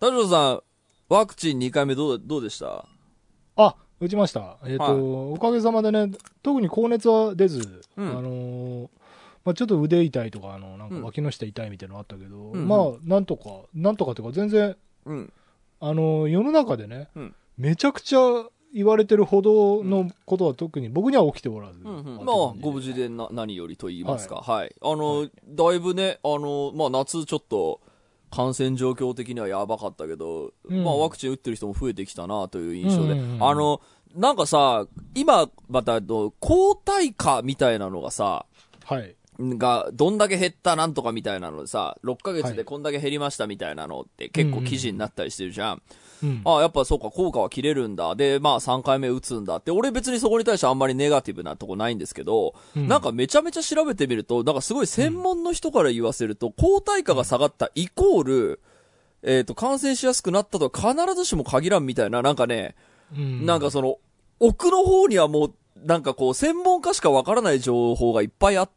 田代さん、ワクチン2回目どうでした？ あ、打ちました。おかげさまでね、特に高熱は出ず、ちょっと腕痛いとか、なんか脇の下痛いみたいなのあったけど、なんとかというか全然、世の中でね、めちゃくちゃ言われてるほどのことは特に僕には起きておらず。 ご無事で何よりと言いますか。はい。だいぶね、夏ちょっと、感染状況的にはやばかったけど、ワクチン打ってる人も増えてきたなという印象で、なんかさ、今また抗体価みたいなのがさ、がどんだけ減ったなんとかみたいなのでさ、6ヶ月でこんだけ減りましたみたいなのって結構記事になったりしてるじゃん。やっぱそうか、効果は切れるんだ。で、3回目打つんだって、俺別にそこに対してあんまりネガティブなとこないんですけど、なんかめちゃめちゃ調べてみると、なんかすごい専門の人から言わせると、抗体価が下がったイコール、感染しやすくなったとは必ずしも限らんみたいな、なんかね、なんかその、奥の方にはもう、なんかこう、専門家しかわからない情報がいっぱいあって、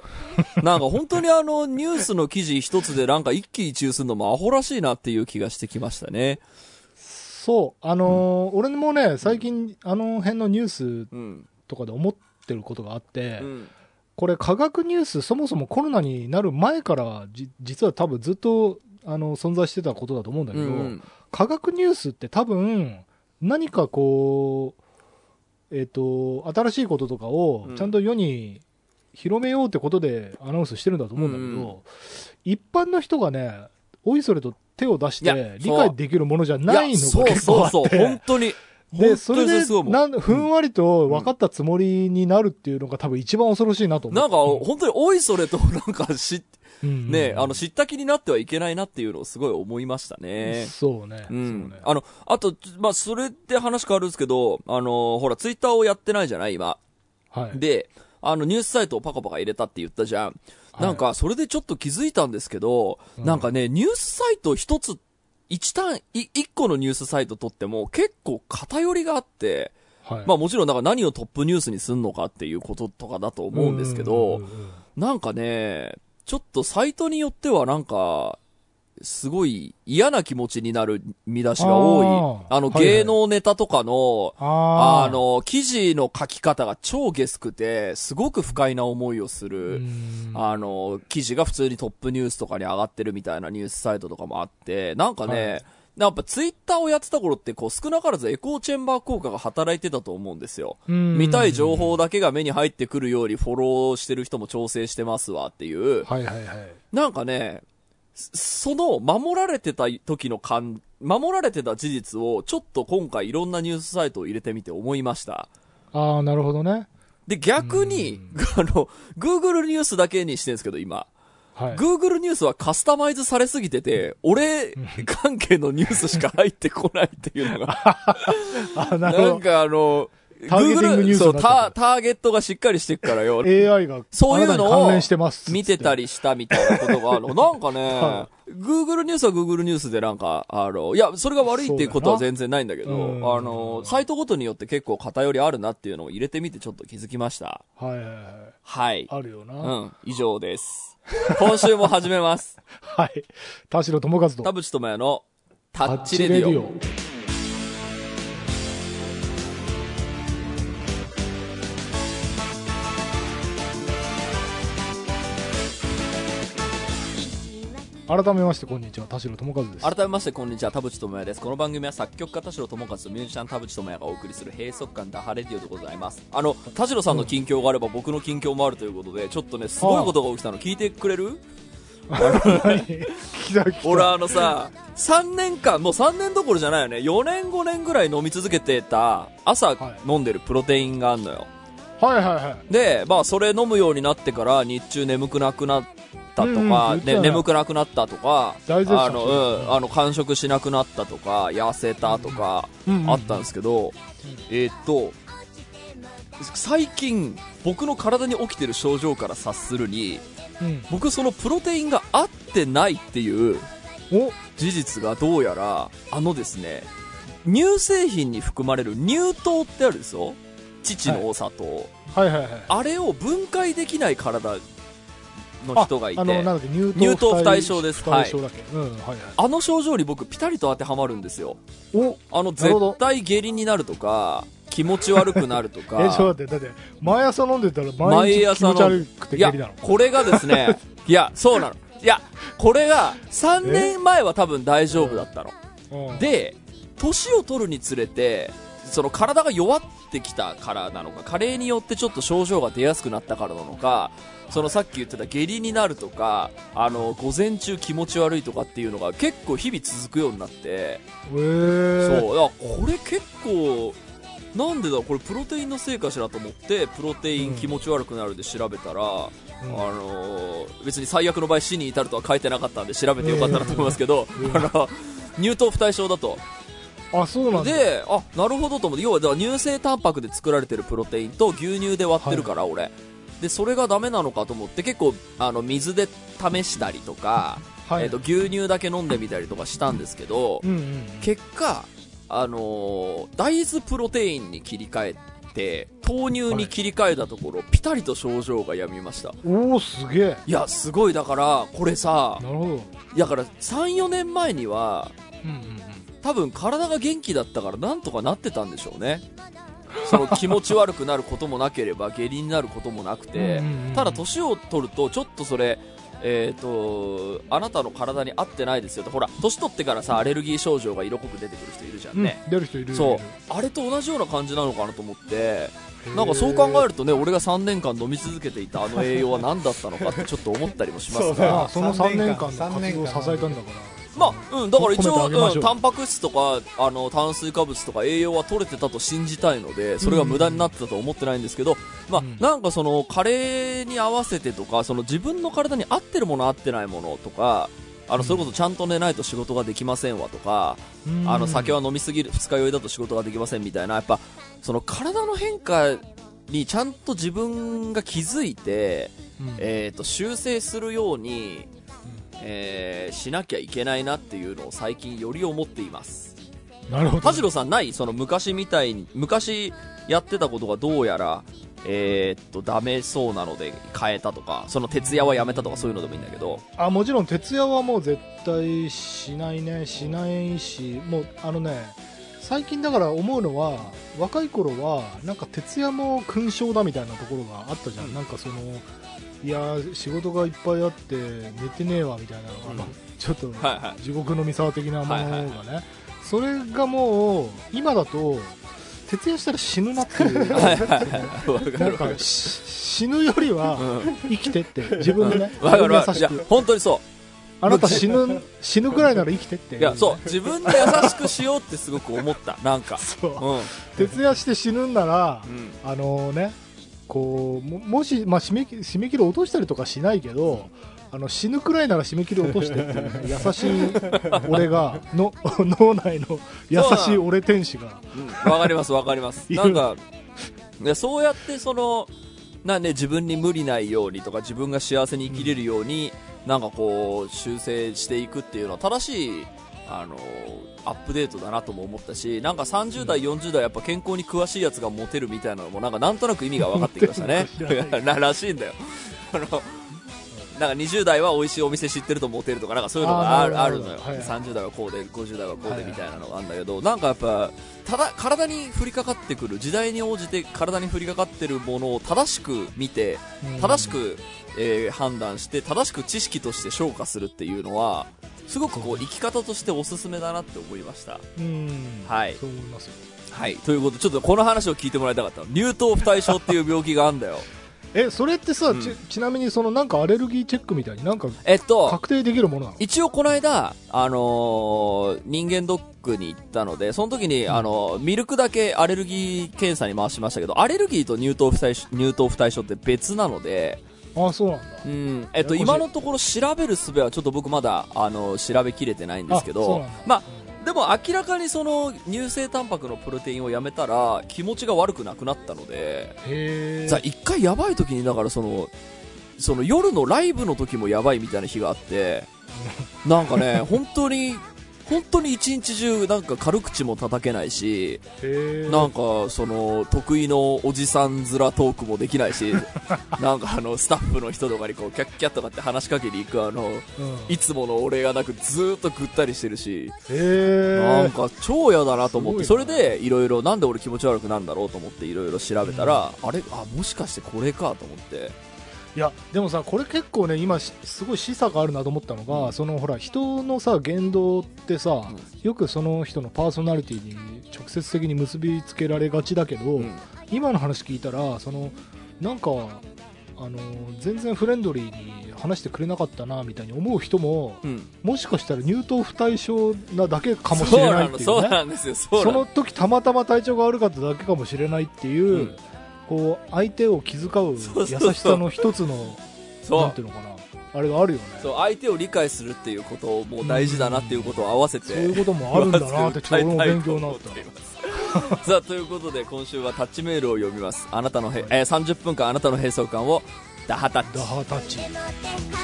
なんか本当にニュースの記事一つでなんか一喜一憂するのもアホらしいなっていう気がしてきましたね。 そう、俺もね、最近、辺のニュースとかで思ってることがあって、これ、科学ニュース、そもそもコロナになる前から、実は多分ずっと、存在してたことだと思うんだけど、科学ニュースって多分、何かこう、新しいこととかを、ちゃんと世に広めようってことでアナウンスしてるんだと思うんだけど、一般の人がね、おいそれと手を出して理解できるものじゃないのが結構あって、 そう本当に。 で、それでふんわりと分かったつもりになるっていうのが多分一番恐ろしいなと思う。 なんか本当においそれとなんか知った気になってはいけないなっていうのをすごい思いましたね。 そうね。 あと、それで話変わるんですけど、ほら、ツイッターをやってないじゃない今。で、ニュースサイトをパカパカ入れたって言ったじゃん。なんか、それでちょっと気づいたんですけど、なんかね、ニュースサイト一個のニュースサイト取っても結構偏りがあって、もちろんなんか何をトップニュースにすんのかっていうこととかだと思うんですけど、なんかね、ちょっとサイトによってはなんか、すごい嫌な気持ちになる見出しが多い。芸能ネタとかの、記事の書き方が超ゲスくて、すごく不快な思いをする、記事が普通にトップニュースとかに上がってるみたいなニュースサイトとかもあって、なんかね、やっぱツイッターをやってた頃ってこう少なからずエコーチェンバー効果が働いてたと思うんですよ。見たい情報だけが目に入ってくるようにフォローしてる人も調整してますわっていう。なんかね、その守られてた事実をちょっと今回いろんなニュースサイトを入れてみて思いました。 なるほどね。 で、逆に、Google ニュースだけにしてるんですけど、今。Google ニュースはカスタマイズされすぎてて、俺関係のニュースしか入ってこないっていうのが。なんかターゲティングニュースターゲットがしっかりしてるからよ。 AI がそういうのを見てたりしたみたいなことがあるの。なんかね、Google ニュースは Google ニュースでなんか、いや、それが悪いっていうことは全然ないんだけど、サイトごとによって結構偏りあるなっていうのを入れてみてちょっと気づきました。はい。 あるよな。 以上です。今週も始めます。 田代智和と田淵智也のタッチレディオ。 改めましてこんにちは、田代智和です。 改めましてこんにちは、田淵智也です。この番組は作曲家田代智和とミュージシャン田淵智也がお送りする閉塞感ダハレディオでございます。田代さんの近況があれば僕の近況もあるということで、ちょっとね、すごいことが起きたの聞いてくれる？俺3年間、もう3年どころじゃないよね、4年5年ぐらい飲み続けてた朝飲んでるプロテインがあるのよ。で、それ飲むようになってから日中眠くなくなったとか、眠くなくなったとか、間食しなくなったとか、痩せたとかあったんですけど、最近僕の体に起きてる症状から察するに、僕そのプロテインが合ってないっていう事実がどうやらですね、乳製品に含まれる乳糖ってあるでしょ、乳のお砂糖、あれを分解できない体の人がいて、 なんだっけ、乳糖不対症です。 はい。 あの症状に僕ピタリと当てはまるんですよ。絶対下痢になるとか、気持ち悪くなるとか。 ちょっと待って、だって毎朝飲んでたら毎日気持ち悪くて下痢なの。 いや、これがですね、いや、そうなの。いや、これが3年前は多分大丈夫だったの。で、年を取るにつれて、その体が弱ってきたからなのか、加齢によってちょっと症状が出やすくなったからなのか、そのさっき言ってた下痢になるとか、午前中気持ち悪いとかっていうのが結構日々続くようになって、そう、これ結構、なんでだ、これプロテインのせいかしらと思って、プロテイン気持ち悪くなるで調べたら、別に最悪の場合死に至るとは書いてなかったんで調べてよかったなと思いますけど、乳糖不対症だと。 そうなんだ。 で、なるほどと思って、要は乳製タンパクで作られてるプロテインと牛乳で割ってるから、俺。で、それがダメなのかと思って、結構、水で試したりとか、牛乳だけ飲んでみたりとかしたんですけど、結果、大豆プロテインに切り替えて、豆乳に切り替えたところ、ピタリと症状が止みました。 すげえ。 いや、すごい、だから、これさ、 なるほど。 だから、3、4年前には、多分体が元気だったからなんとかなってたんでしょうね。その気持ち悪くなることもなければ下痢になることもなくて、ただ年を取るとちょっとそれ、あなたの体に合ってないですよと。ほら、年取ってからさ、アレルギー症状が色濃く出てくる人いるじゃんね。 出る人いる。 そう、あれと同じような感じなのかなと思って、なんかそう考えるとね、俺が3年間飲み続けていた栄養は何だったのかってちょっと思ったりもしますがその3年間の活動を支えたんだから、 だから一応、タンパク質とか炭水化物とか栄養は取れてたと信じたいので、それが無駄になってたとは思ってないんですけど、なんかその加齢に合わせてとか、その自分の体に合ってるもの合ってないものとか、それこそちゃんと寝ないと仕事ができませんわとか、酒は飲みすぎる二日酔いだと仕事ができませんみたいな、やっぱその体の変化にちゃんと自分が気づいて、修正するようにしなきゃいけないなっていうのを最近より思っています。 なるほど。 田代さんない？その昔みたいに、昔やってたことがどうやらダメそうなので変えたとか、その徹夜はやめたとか、そういうのでもいいんだけど。 もちろん徹夜はもう絶対しないね。しないし、もう最近だから思うのは、若い頃はなんか徹夜も勲章だみたいなところがあったじゃん。なんかその、いや仕事がいっぱいあって寝てねえわみたいな、ちょっと地獄の三沢的なものがね、それがもう今だと徹夜したら死ぬなっていうなんか死ぬよりは生きてって自分でね、優しく、 本当にそう、 あなた死ぬくらいなら生きてって、 いや、そう、自分で優しくしようってすごく思った。なんかそう、徹夜して死ぬんなら、こうもし、締め切り落としたりとかしないけど、死ぬくらいなら締め切り落としてっていう優しい俺がの脳内の優しい俺天使が、 わかりますわかります。なんかそうやって自分に無理ないようにとか、自分が幸せに生きれるように、なんかこう修正していくっていうのは正しいアップデートだなとも思ったし、なんか30代、40代やっぱ健康に詳しいやつがモテるみたいなのもなんとなく意味が分かってきましたねらしいんだよ。なんか20代は美味しいお店知ってるとモテるとか、なんかそういうのがあるのよ。30代はこうで50代はこうでみたいなのがあるんだけど、なんかやっぱ体に降りかかってくる、時代に応じて体に降りかかってるものを正しく見て、正しく判断して、正しく知識として消化するっていうのはすごくこう生き方としておすすめだなって思いました。はい、 そう思いますよ。 はい、ということでちょっとこの話を聞いてもらいたかった。乳糖不対症っていう病気があるんだよ。それってさ、ちなみになんかアレルギーチェックみたいになんか確定できるものなの？ 一応この間、人間ドックに行ったので、その時に、ミルクだけアレルギー検査に回しましたけど、アレルギーと乳糖不対症って別なので、 そうなんだ。 今のところ調べる術はちょっと僕まだ調べきれてないんですけど、でも明らかにその乳製タンパクのプロテインをやめたら気持ちが悪くなくなったので、一回やばい時に、だからその夜のライブの時もやばいみたいな日があって、なんかね本当に本当に一日中なんか軽口も叩けないし、なんかその得意のおじさん面トークもできないしなんかスタッフの人とかにこうキャッキャッとかって話しかけに行くいつもの俺がなくずーっとぐったりしてるし、なんか超嫌だなと思って、それでいろいろなんで俺気持ち悪くなんだろうと思っていろいろ調べたら、もしかしてこれかと思って。 いやでもさ、これ結構ね今すごい示唆があるなと思ったのが、そのほら人のさ言動ってさ、よくその人のパーソナリティに直接的に結びつけられがちだけど、今の話聞いたらそのなんか全然フレンドリーに話してくれなかったなみたいに思う人も、もしかしたら入党不対象なだけかもしれないっていうね。 そうなんですよ。その時たまたま体調が悪かっただけかもしれないっていう、こう相手を気遣う優しさの一つのなんていうのかな、あれがあるよね。 そう、相手を理解するっていうことも大事だなっていうことを合わせて、 そういうこともあるんだなってちょっと俺も勉強になった。 さあということで今週はタッチメールを読みます。あなたの30分間あなたの閉塞感をダハタッチ。 ダハタッチ。田代友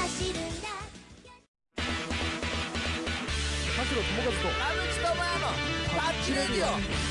和と田口智也のタッチレディオ。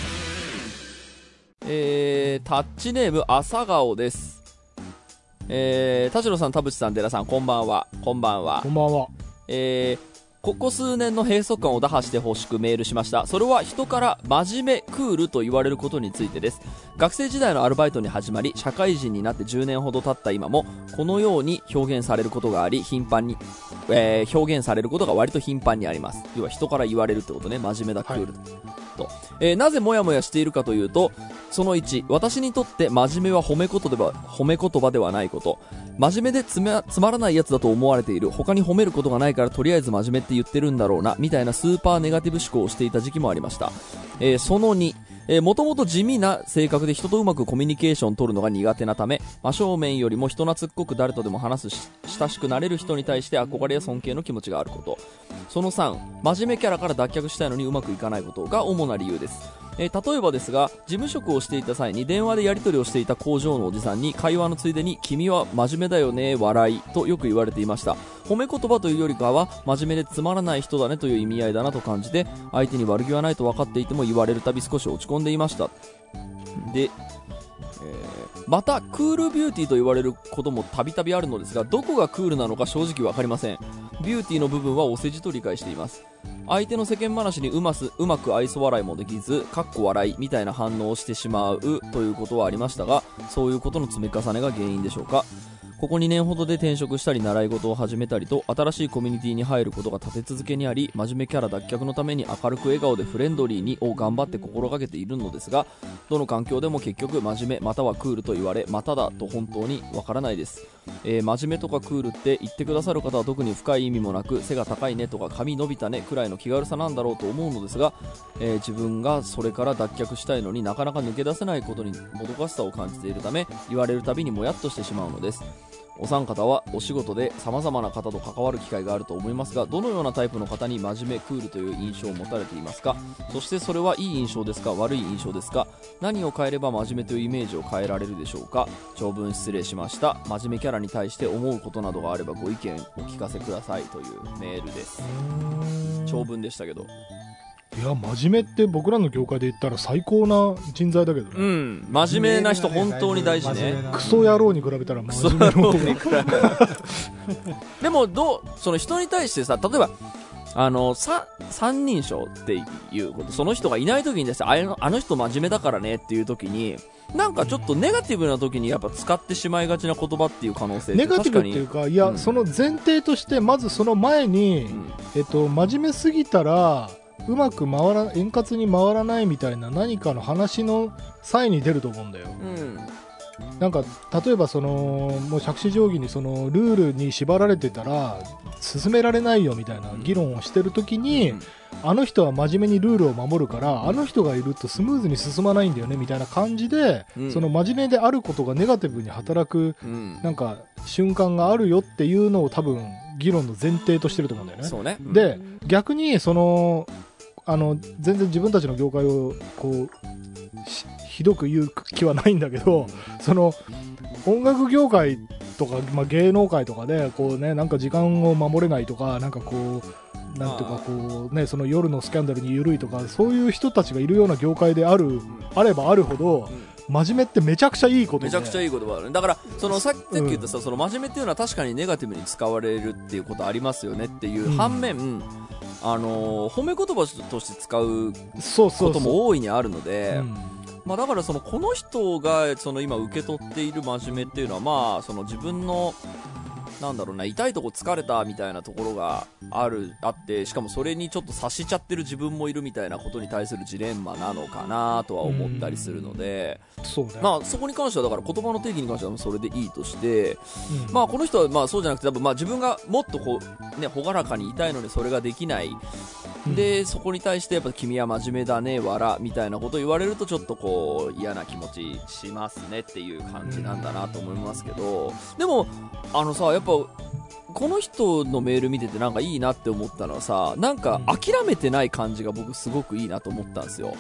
タッチネーム朝顔です。田代さん、田淵さん、寺さん、こんばんは。こんばんは。 こんばんは。 ここ数年の閉塞感を打破してほしくメールしました。それは人から真面目クールと言われることについてです。学生時代のアルバイトに始まり、社会人になって10年ほど経った今もこのように表現されることがあり、頻繁に、表現されることが割と頻繁にあります。要は人から言われるってことね。真面目だクールと、なぜモヤモヤしているかというと、その1、私にとって真面目は褒め言葉ではないこと。真面目でつまらないやつだと思われている。他に褒めることがないからとりあえず真面目って言ってるんだろうなみたいなスーパーネガティブ思考をしていた時期もありました。その2、もともと地味な性格で人とうまくコミュニケーションを取るのが苦手なため、真正面よりも人懐っこく誰とでも話す親しくなれる人に対して憧れや尊敬の気持ちがあること。その3、真面目キャラから脱却したいのにうまくいかないことが主な理由です。例えばですが、事務職をしていた際に電話でやり取りをしていた工場のおじさんに会話のついでに君は真面目だよね笑いとよく言われていました。褒め言葉というよりかは真面目でつまらない人だねという意味合いだなと感じて、相手に悪気はないと分かっていても言われるたび少し落ち込んでいました。で、またクールビューティーと言われることもたびたびあるのですが、どこがクールなのか正直わかりません。ビューティーの部分はお世辞と理解しています。相手の世間話にうまく愛想笑いもできず、かっこ笑いみたいな反応をしてしまうということはありましたが、そういうことの積み重ねが原因でしょうか。ここ2年ほどで転職したり習い事を始めたりと新しいコミュニティに入ることが立て続けにあり、真面目キャラ脱却のために明るく笑顔でフレンドリーにを頑張って心がけているのですが、どの環境でも結局真面目またはクールと言われ、まただと本当にわからないです。真面目とかクールって言ってくださる方は特に深い意味もなく、背が高いねとか髪伸びたねくらいの気軽さなんだろうと思うのですが、自分がそれから脱却したいのになかなか抜け出せないことにもどかしさを感じているため、言われるたびにもやっとしてしまうのです。お三方はお仕事で様々な方と関わる機会があると思いますが、どのようなタイプの方に真面目クールという印象を持たれていますか？そしてそれはいい印象ですか悪い印象ですか？何を変えれば真面目というイメージを変えられるでしょうか？長文失礼しました。真面目キャラに対して思うことなどがあればご意見お聞かせくださいというメールです。長文でしたけど、 いや真面目って僕らの業界で言ったら最高な人材だけどね。 うん、真面目な人本当に大事ね。 クソ野郎に比べたら真面目の方がでもその人に対してさ、例えば三人称っていうこと、その人がいない時にですね、あの人真面目だからねっていう時に、なんかちょっとネガティブな時にやっぱ使ってしまいがちな言葉っていう可能性ってネガティブっていうか、いや、その前提としてまずその前に、真面目すぎたらうまく円滑に回らないみたいな何かの話の際に出ると思うんだよ。なんか例えばもう杓子定規にそのルールに縛られてたら進められないよみたいな議論をしてるときに、あの人は真面目にルールを守るからあの人がいるとスムーズに進まないんだよねみたいな感じで、その真面目であることがネガティブに働く、なんか瞬間があるよっていうのを多分議論の前提としてると思うんだよね。 そうね。 で逆に全然自分たちの業界をこうひどく言う気はないんだけど、その音楽業界とか、芸能界とかでこうね、なんか時間を守れないとか、なんかこうなんていうかこうね、その夜のスキャンダルに緩いとか、そういう人たちがいるような業界であればあるほど、真面目ってめちゃくちゃいいことで、 めちゃくちゃいい言葉だね。だからそのさっき言ったさ、その真面目っていうのは確かにネガティブに使われるっていうことありますよねっていう反面、褒め言葉として使うことも大いにあるので、まあ、だからこの人が今受け取っている真面目っていうのは、まあ自分のなんだろうな、痛いとこ疲れたみたいなところがあって、しかもそれにちょっと察しちゃってる自分もいるみたいなことに対するジレンマなのかなとは思ったりするので、 そうね、 まあそこに関してはだから言葉の定義に関してはそれでいいとして、まあこの人はまあそうじゃなくて、多分まあ自分がもっとこうね朗らかにいたいのにそれができない。でそこに対してやっぱ君は真面目だねわらみたいなことを言われるとちょっとこう嫌な気持ちしますねっていう感じなんだなと思いますけど、でもさ、やっぱこの人のメール見ててなんかいいなって思ったのはさ、なんか諦めてない感じが僕すごくいいなと思ったんですよ。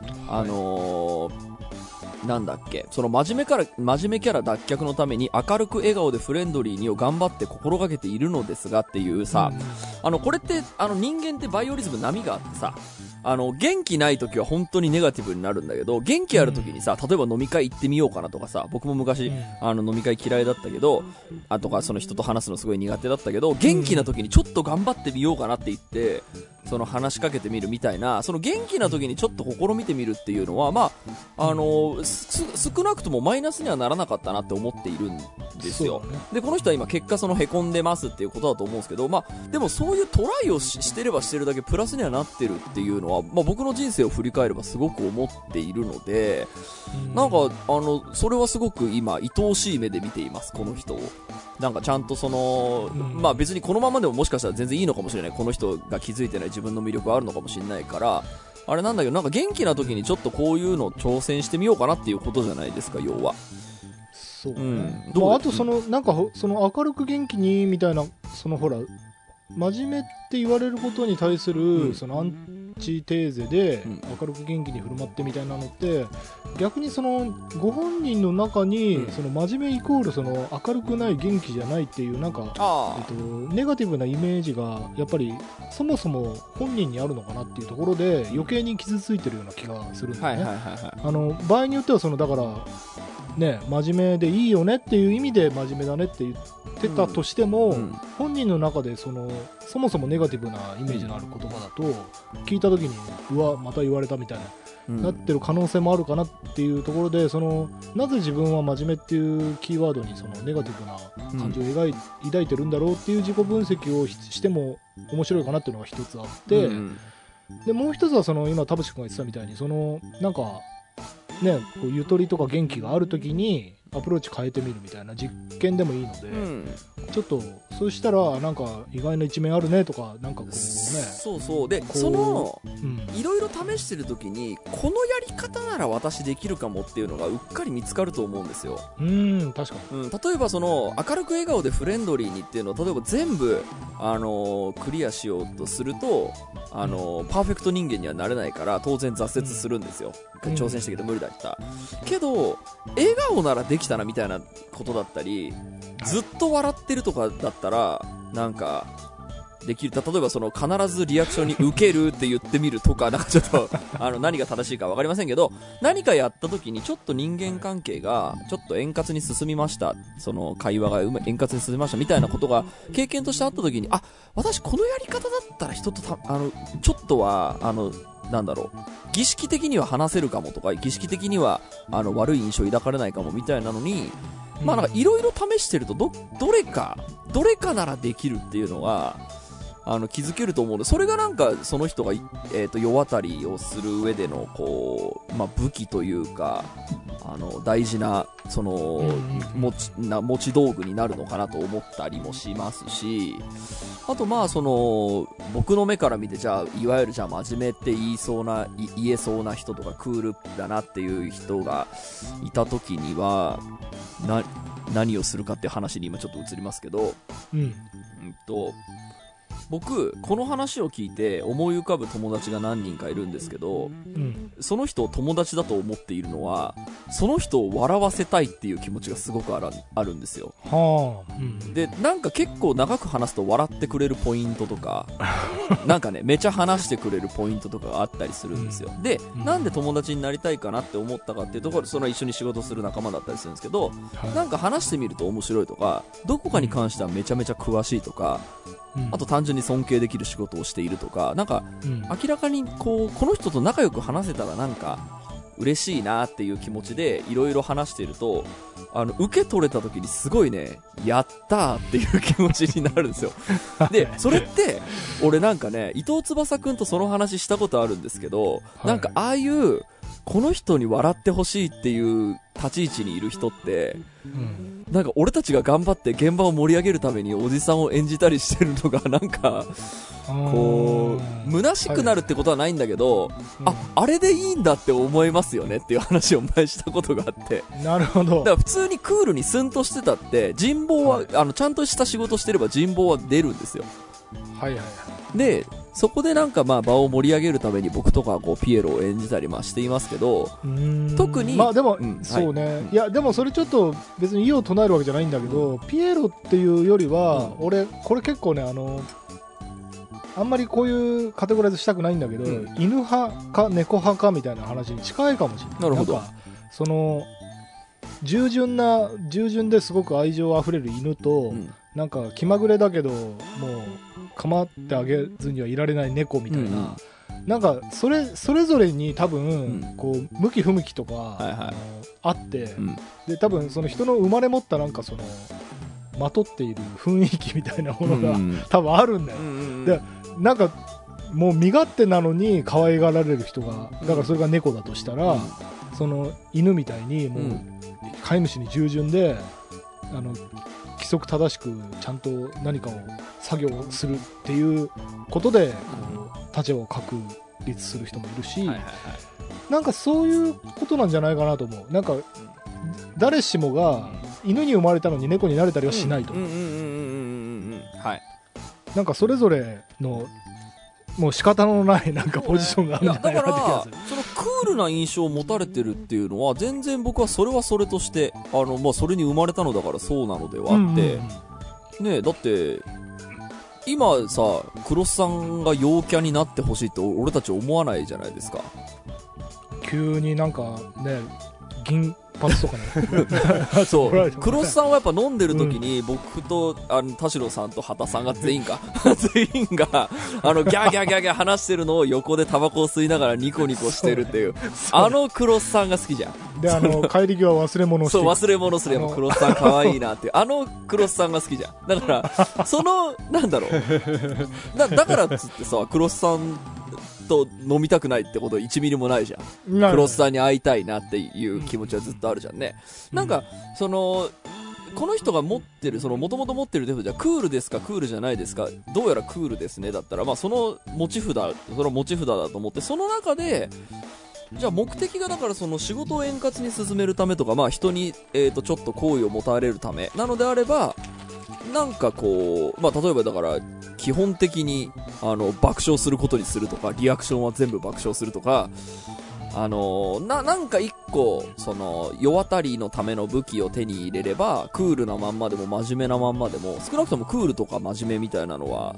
なんだっけ、その真面目キャラ脱却のために明るく笑顔でフレンドリーにを頑張って心がけているのですがっていうさ、これって人間ってバイオリズム波があってさ、元気ない時は本当にネガティブになるんだけど、元気ある時にさ、例えば飲み会行ってみようかなとかさ、僕も昔、飲み会嫌いだったけど、とかその人と話すのすごい苦手だったけど、元気な時にちょっと頑張ってみようかなって言って、話しかけてみるみたいな、その元気な時にちょっと試みてみるっていうのは、まあ、少なくともマイナスにはならなかったなって思っているんですよ。で、この人は今結果凹んでますっていうことだと思うんですけど、まあ、でもそういうトライをしてればしてるだけプラスにはなってるっていうのは、まあ、僕の人生を振り返ればすごく思っているので、なんかそれはすごく今愛おしい目で見ています、この人を。なんかちゃんとまあ別にこのままでももしかしたら全然いいのかもしれない、この人が気づいてない自分の魅力があるのかもしれないから、あれなんだけど、なんか元気な時にちょっとこういうの挑戦してみようかなっていうことじゃないですか、要は。 そうね。まあ、あとなんか明るく元気にみたいな、ほら真面目って言われることに対するアンチテーゼで明るく元気に振る舞ってみたいなのって、逆にご本人の中に真面目イコール明るくない元気じゃないっていうなんかネガティブなイメージがやっぱりそもそも本人にあるのかなっていうところで余計に傷ついてるような気がするんだよね。場合によってはだからね、真面目でいいよねっていう意味で真面目だねって言ってたとしても、本人の中でそもそもネガティブなイメージのある言葉だと聞いた時にうわまた言われたみたいな、なってる可能性もあるかなっていうところで、なぜ自分は真面目っていうキーワードにネガティブな感情を抱いてるんだろうっていう自己分析をしても面白いかなっていうのが一つあって、でもう一つは今田淵君が言ってたみたいになんかね、こうゆとりとか元気があるときにアプローチ変えてみるみたいな実験でもいいので、ちょっとそうしたらなんか意外な一面あるねとか、なんかこうね、 そうそうでいろいろ試してるときにこのやり方なら私できるかもっていうのがうっかり見つかると思うんですよ。 確かに、 例えば明るく笑顔でフレンドリーにっていうのを例えば全部クリアしようとするとパーフェクト人間にはなれないから当然挫折するんですよ。挑戦してきて無理だったけど笑顔ならできたなみたいなことだったり、ずっと笑ってるとかだったらなんかできる。例えば必ずリアクションに受けるって言ってみるとか、なんかちょっと何が正しいか分かりませんけど、何かやった時にちょっと人間関係がちょっと円滑に進みました、会話が円滑に進みましたみたいなことが経験としてあった時に、あ、私このやり方だったら人とちょっとはなんだろう、儀式的には話せるかもとか、儀式的には悪い印象抱かれないかもみたいなのに、まあなんかいろいろ試してるとどれかならできるっていうのは気づけると思うので、それがなんかその人が世渡りをする上でのこう、まあ、武器というか大事な持ち道具になるのかなと思ったりもしますし、あとまあ僕の目から見てじゃあいわゆるじゃあ真面目って言えそうな人とかクールだなっていう人がいた時には何をするかっていう話に今ちょっと移りますけど、 僕この話を聞いて思い浮かぶ友達が何人かいるんですけど、その人を友達だと思っているのはその人を笑わせたいっていう気持ちがすごくあるんですよ。でなんか結構長く話すと笑ってくれるポイントとかなんかねめちゃ話してくれるポイントとかがあったりするんですよ。でなんで友達になりたいかなって思ったかっていうところ、その一緒に仕事する仲間だったりするんですけど、なんか話してみると面白いとか、どこかに関してはめちゃめちゃ詳しいとか、あと単純に尊敬できる仕事をしているとか、なんか明らかにこの人と仲良く話せたらなんか嬉しいなっていう気持ちでいろいろ話していると、受け取れた時にすごいね、やったーっていう気持ちになるんですよ。でそれって俺なんかね、伊藤翼くんとその話したことあるんですけど、なんかああいうこの人に笑ってほしいっていう立ち位置にいる人って、なんか俺たちが頑張って現場を盛り上げるためにおじさんを演じたりしてるのがなんかこう虚しくなるってことはないんだけど、あれでいいんだって思いますよねっていう話を前したことがあって。 なるほど。 だから普通にクールにスンとしてたって人望は、ちゃんとした仕事してれば人望は出るんですよ。でそこでなんかまあ場を盛り上げるために僕とかこうピエロを演じたりまあしていますけど、特にまあでも、そうね、いやでもそれちょっと別に異を唱えるわけじゃないんだけど、ピエロっていうよりは、俺これ結構ねあんまりこういうカテゴライズしたくないんだけど、犬派か猫派かみたいな話に近いかもしれない。 なるほど。 なんかその従順ですごく愛情あふれる犬と、なんか気まぐれだけどもう構ってあげずにはいられない猫みたいな、なんかそれぞれに多分、こう向き不向きとか、あって、で多分その人の生まれ持ったなんかそのまとっている雰囲気みたいなものが、多分あるんだよ。でなんかもう身勝手なのに可愛がられる人が、だからそれが猫だとしたら、その犬みたいにもう飼い主に従順で規則正しくちゃんと何かを作業するっていうことでこう立場を確立する人もいるし、なんかそういうことなんじゃないかなと思う。なんか誰しもが犬に生まれたのに猫になれたりはしないと。なんかそれぞれのもう仕方のないなんかポジションがあるんじゃないかなって気がする。 そのクールな印象を持たれてるっていうのは全然僕はそれはそれとしてまあ、それに生まれたのだからそうなのではあって、ねえ、だって今さ黒須さんが陽キャになってほしいって俺たち思わないじゃないですか。 急になんかね銀髪とかねそう黒須さんはやっぱ飲んでる時に、僕と田代さんと畑さんが全員がギャーギャーギャーギャー話してるのを横でタバコを吸いながらニコニコしてるっていう、黒須さんが好きじゃん。 で帰り際忘れ物して、 そう忘れ物する、黒須さん可愛いなっていう黒須さんが好きじゃん。だからそのなんだろうだからっつってさ黒須さんと飲みたくないってこと1ミリもないじゃん。黒須さんに会いたいなっていう気持ちはずっとあるじゃんね。なんかこの人が持ってるもともと持ってる手札じゃクールですかクールじゃないですか、どうやらクールですねだったら、まあその持ち札だと思って、その中でじゃあ目的がだからその仕事を円滑に進めるためとか、まあ人にちょっと好意を持たれるためなのであれば、なんかこう、まあ例えばだから基本的に爆笑することにするとか、リアクションは全部爆笑するとか、なんか一個世渡りのための武器を手に入れればクールなまんまでも真面目なまんまでも、少なくともクールとか真面目みたいなのは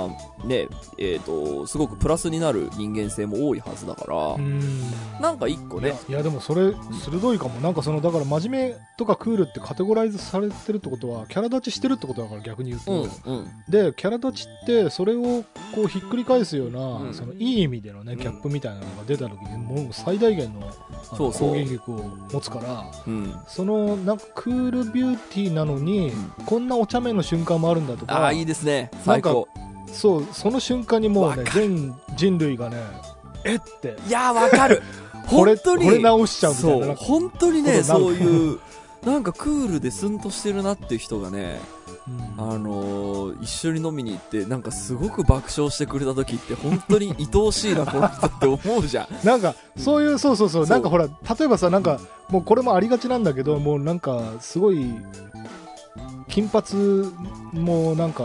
すごくプラスになる人間性も多いはずだから、なんか一個ね、 いやでもそれ鋭いかも。なんかだから真面目とかクールってカテゴライズされてるってことはキャラ立ちしてるってことだから、逆に言うと、でキャラ立ちってそれをこうひっくり返すような、いい意味でのねギャップみたいなのが出た時にもう最大限の攻撃力を持つから、なんかクールビューティーなのに、こんなお茶目の瞬間もあるんだとか、 いいですね、最高。 その瞬間にもうね全人類がねって、 いやわかる本当にこれ直しちゃうみたいな、 そう本当にね、そういうなんかクールでスンとしてるなっていう人がね、一緒に飲みに行ってなんかすごく爆笑してくれた時って本当に愛おしいなこの人って思うじゃん。 なんかそういうそうなんかほら例えばさ、なんかもうこれもありがちなんだけど、もうなんかすごい金髪もなんか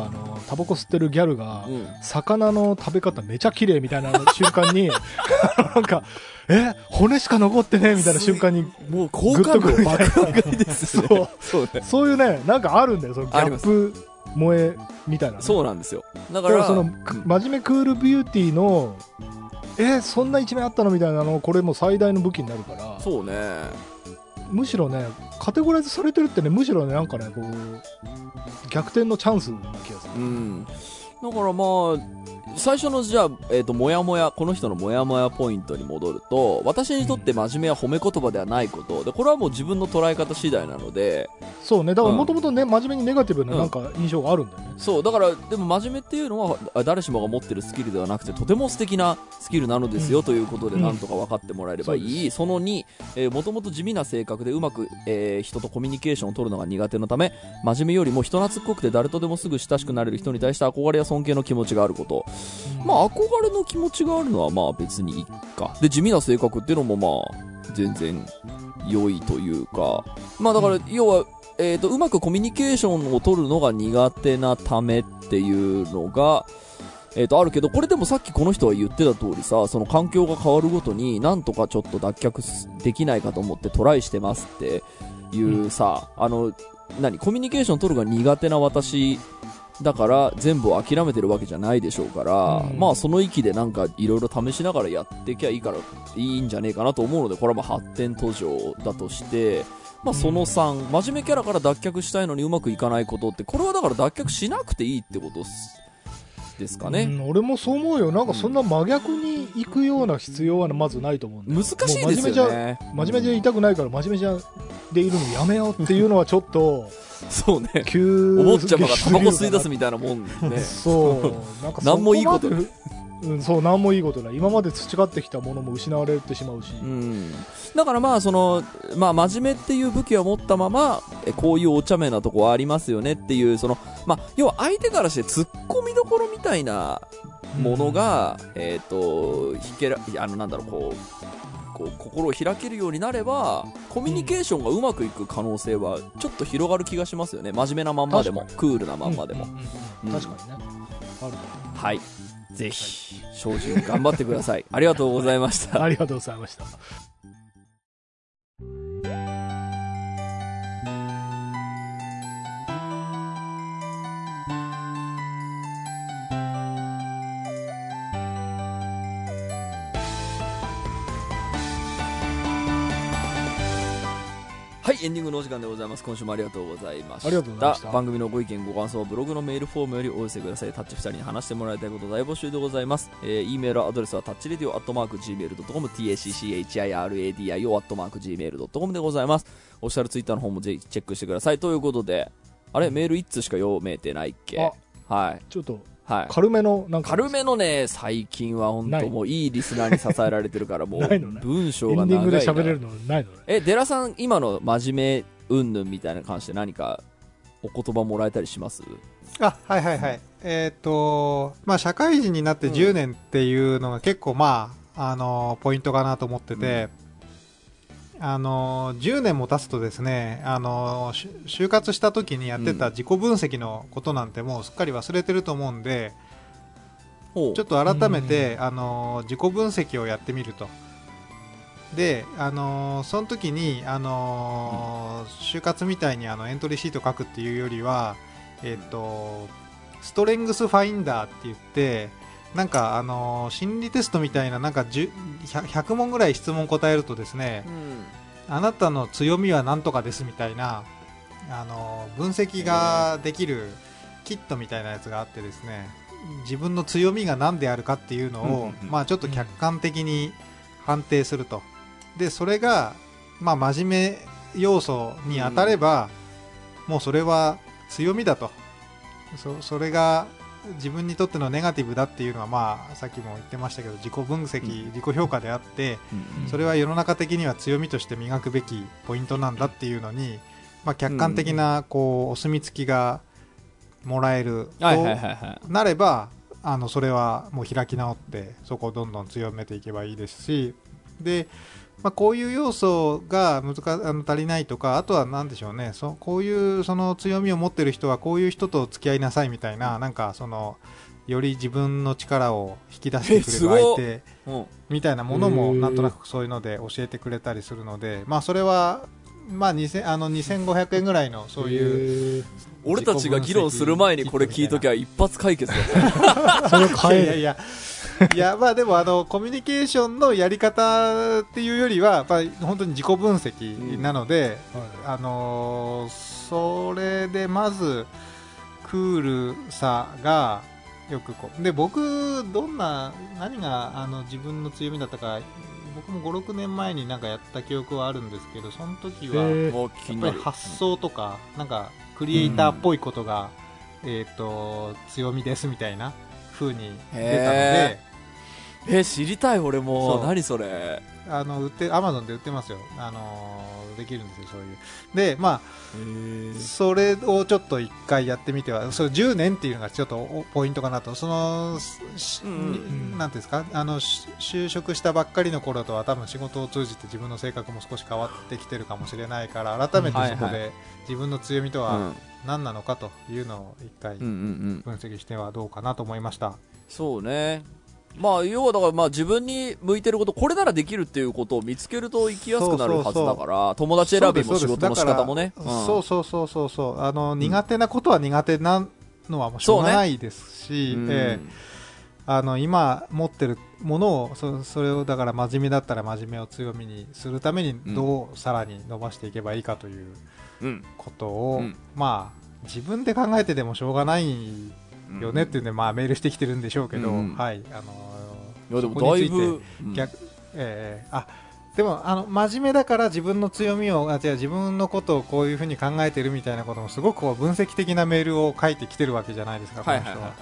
タバコ吸ってるギャルが、魚の食べ方めちゃ綺麗みたいな瞬間になんか骨しか残ってねみたいな瞬間にもう好感度爆上がりですね。 そういうね、なんかあるんだよ、そのギャップ萌えみたいな、ね、 そうなんですよ。だからその、真面目クールビューティーのそんな一面あったのみたいなの、これも最大の武器になるから。 そうね、 むしろね、カテゴライズされてるってね、むしろね、なんかね、こう逆転のチャンスな気がする。 だからまあ最初のじゃあ、もやもや、この人のもやもやポイントに戻ると、私にとって真面目は褒め言葉ではないことで、これはもう自分の捉え方次第なので。 そうね、だからもともとね、真面目にネガティブななんか印象があるんだよね。 そうだから、でも真面目っていうのは誰しもが持ってるスキルではなくて、とても素敵なスキルなのですよ、ということで、なんとか分かってもらえればいい。その2、もともと地味な性格でうまく、人とコミュニケーションを取るのが苦手のため、真面目よりも人懐っこくて誰とでもすぐ親しくなれる人に対して憧れや尊敬の気持ちがあること。まあ憧れの気持ちがあるのはまあ別にいっか。で、地味な性格っていうのもまあ全然良いというか、まあだから要は、うまくコミュニケーションを取るのが苦手なためっていうのが、あるけど、これでもさっきこの人が言ってた通りさ、その環境が変わるごとになんとかちょっと脱却できないかと思ってトライしてますっていうさ、コミュニケーション取るが苦手な私だから全部を諦めてるわけじゃないでしょうから、まあその域でなんかいろいろ試しながらやっていきゃいいんじゃねえかなと思うので、これはまあ発展途上だとして、まあその3、真面目キャラから脱却したいのにうまくいかないことって、これはだから脱却しなくていいってことですかね。 俺もそう思うよ。なんかそんな真逆に行くような必要はまずないと思うんだよ。 難しいですよね。 真面目じゃいたくないから真面目じゃでいるのやめようっていうのはちょっとそうね、お坊ちゃまがタバコ吸い出すみたいなもんね。 そうなんか何もいいことそう、何もいいことない。今まで培ってきたものも失われてしまうし、 だからまあ真面目っていう武器を持ったまま、こういうお茶目なとこはありますよねっていう、要は相手からして突っ込みどころみたいなものが、心を開けるようになれば、コミュニケーションがうまくいく可能性はちょっと広がる気がしますよね。真面目なまんまでもクールなまんまでも、 確かにね、ある。 はい、ぜひ精進頑張ってください。ありがとうございました。 ありがとうございました。 はい、エンディングのお時間でございます。今週もありがとうございました。 ありがとうございました。 番組のご意見ご感想はブログのメールフォームよりお寄せください。タッチ2人に話してもらいたいこと大募集でございます。E メールアドレスはタッチレディオ@gmail.com、tacchiradio@gmail.com でございます。オフィシャルツイッターの方もぜひチェックしてください。ということで、あれメール1通しか読めてないっけ。はい。 ちょっと軽めの軽めのね、最近は本当もういいリスナーに支えられてるからもう文章が長いな。エンディングで喋れるのないのね。 デラさん今の真面目うんぬんみたいな関して何かお言葉もらえたりします？ はいはいはい。社会人になって10年っていうのが結構ポイントかなと思ってて、10年も経つとですね、就活した時にやってた自己分析のことなんてもうすっかり忘れてると思うんで、ちょっと改めて、自己分析をやってみると。で、その時に、就活みたいにエントリーシート書くっていうよりは、ストレングスファインダーって言って、なんか心理テストみたいな、なんか100問ぐらい質問答えるとですね、あなたの強みは何とかですみたいな分析ができるキットみたいなやつがあってですね、自分の強みが何であるかっていうのを、ちょっと客観的に判定すると。でそれが、真面目要素に当たれば、もうそれは強みだと。それが自分にとってのネガティブだっていうのは、さっきも言ってましたけど、自己分析、自己評価であって、それは世の中的には強みとして磨くべきポイントなんだっていうのに、客観的なお墨付きがもらえるとなれば、それはもう開き直ってそこをどんどん強めていけばいいですし、 で、こういう要素が足りないとか、あとは何でしょうね、こういうその強みを持ってる人はこういう人と付き合いなさいみたいな、なんかより自分の力を引き出してくれる相手みたいなものもなんとなくそういうので教えてくれたりするので、それは2500円ぐらいのそういう俺たちが議論する前にこれ聞いときゃ一発解決だねそれ変えいやでもコミュニケーションのやり方っていうよりはやっぱり本当に自己分析なので、それでまずクールさがよくで僕何が自分の強みだったか、僕も 5,6 年前になんかやった記憶はあるんですけど、その時はやっぱり発想とかなんかクリエイターっぽいことが、強みですみたいな風に出たので、 知りたい俺も。何それ。 アマゾンで売ってますよ。できるんですよ、そういう。で、それをちょっと一回やってみては、10年っていうのがちょっとポイントかなと。なんていうんですか、就職したばっかりの頃とは多分仕事を通じて自分の性格も少し変わってきてるかもしれないから、改めてそこで自分の強みとは何なのかというのを一回分析してはどうかなと思いました。 そうね。要はだから自分に向いてること、これならできるっていうことを見つけると生きやすくなるはずだから、友達選びも仕事の仕方もね。 そう。苦手なことは苦手なのはもうしょうがないですし、今持ってるものをそれをだから真面目だったら真面目を強みにするためにどうさらに伸ばしていけばいいかということを、自分で考えてでもしょうがないよねっていうんで、メールしてきてるんでしょうけど、はい、 いやでもだいぶ、 でも真面目だから自分の強みを自分のことをこういうふうに考えてるみたいなこともすごく分析的なメールを書いてきてるわけじゃないですか、この人は。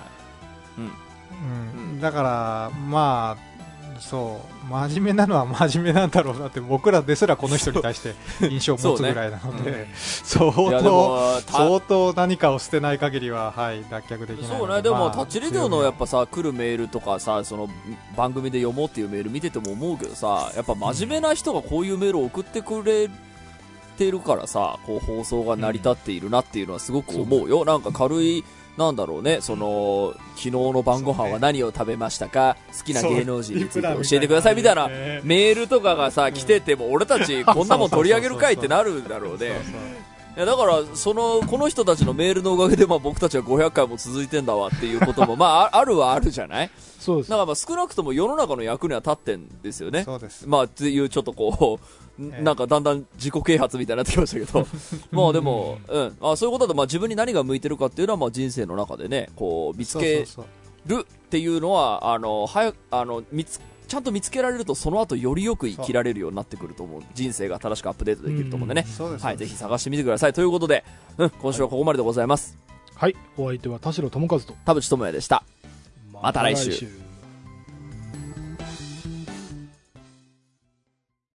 だからそう真面目なのは真面目なんだろうなって、僕らですらこの人に対して印象を持つぐらいなので、相当何かを捨てない限りは、脱却できないので。 そうね。でもタッチレディオのやっぱさ、来るメールとかさ、その番組で読もうっていうメール見てても思うけどさ、やっぱ真面目な人がこういうメールを送ってくれてるからさ、こう放送が成り立っているなっていうのはすごく思うよ。なんか軽い、なんだろうね、昨日の晩ご飯は何を食べましたか、好きな芸能人について教えてくださいみたいなメールとかがさ、来てても、俺たちこんなもん取り上げるかいってなるんだろうね。いやだからこの人たちのメールのおかげで僕たちは500回も続いてんだわっていうこともあるはあるじゃない。そうです。だから少なくとも世の中の役には立ってんですよね。 そうです。 っていうちょっとなんかだんだん自己啓発みたいになってきましたけどでも、そういうことで自分に何が向いてるかっていうのは人生の中でね、見つけるっていうのはちゃんと見つけられると、その後よりよく生きられるようになってくると思う。人生が正しくアップデートできると思うんでね。はい、ぜひ探してみてください。ということで、今週はここまででございます。 はい、お相手は田代智和と田淵智也でした。また来週。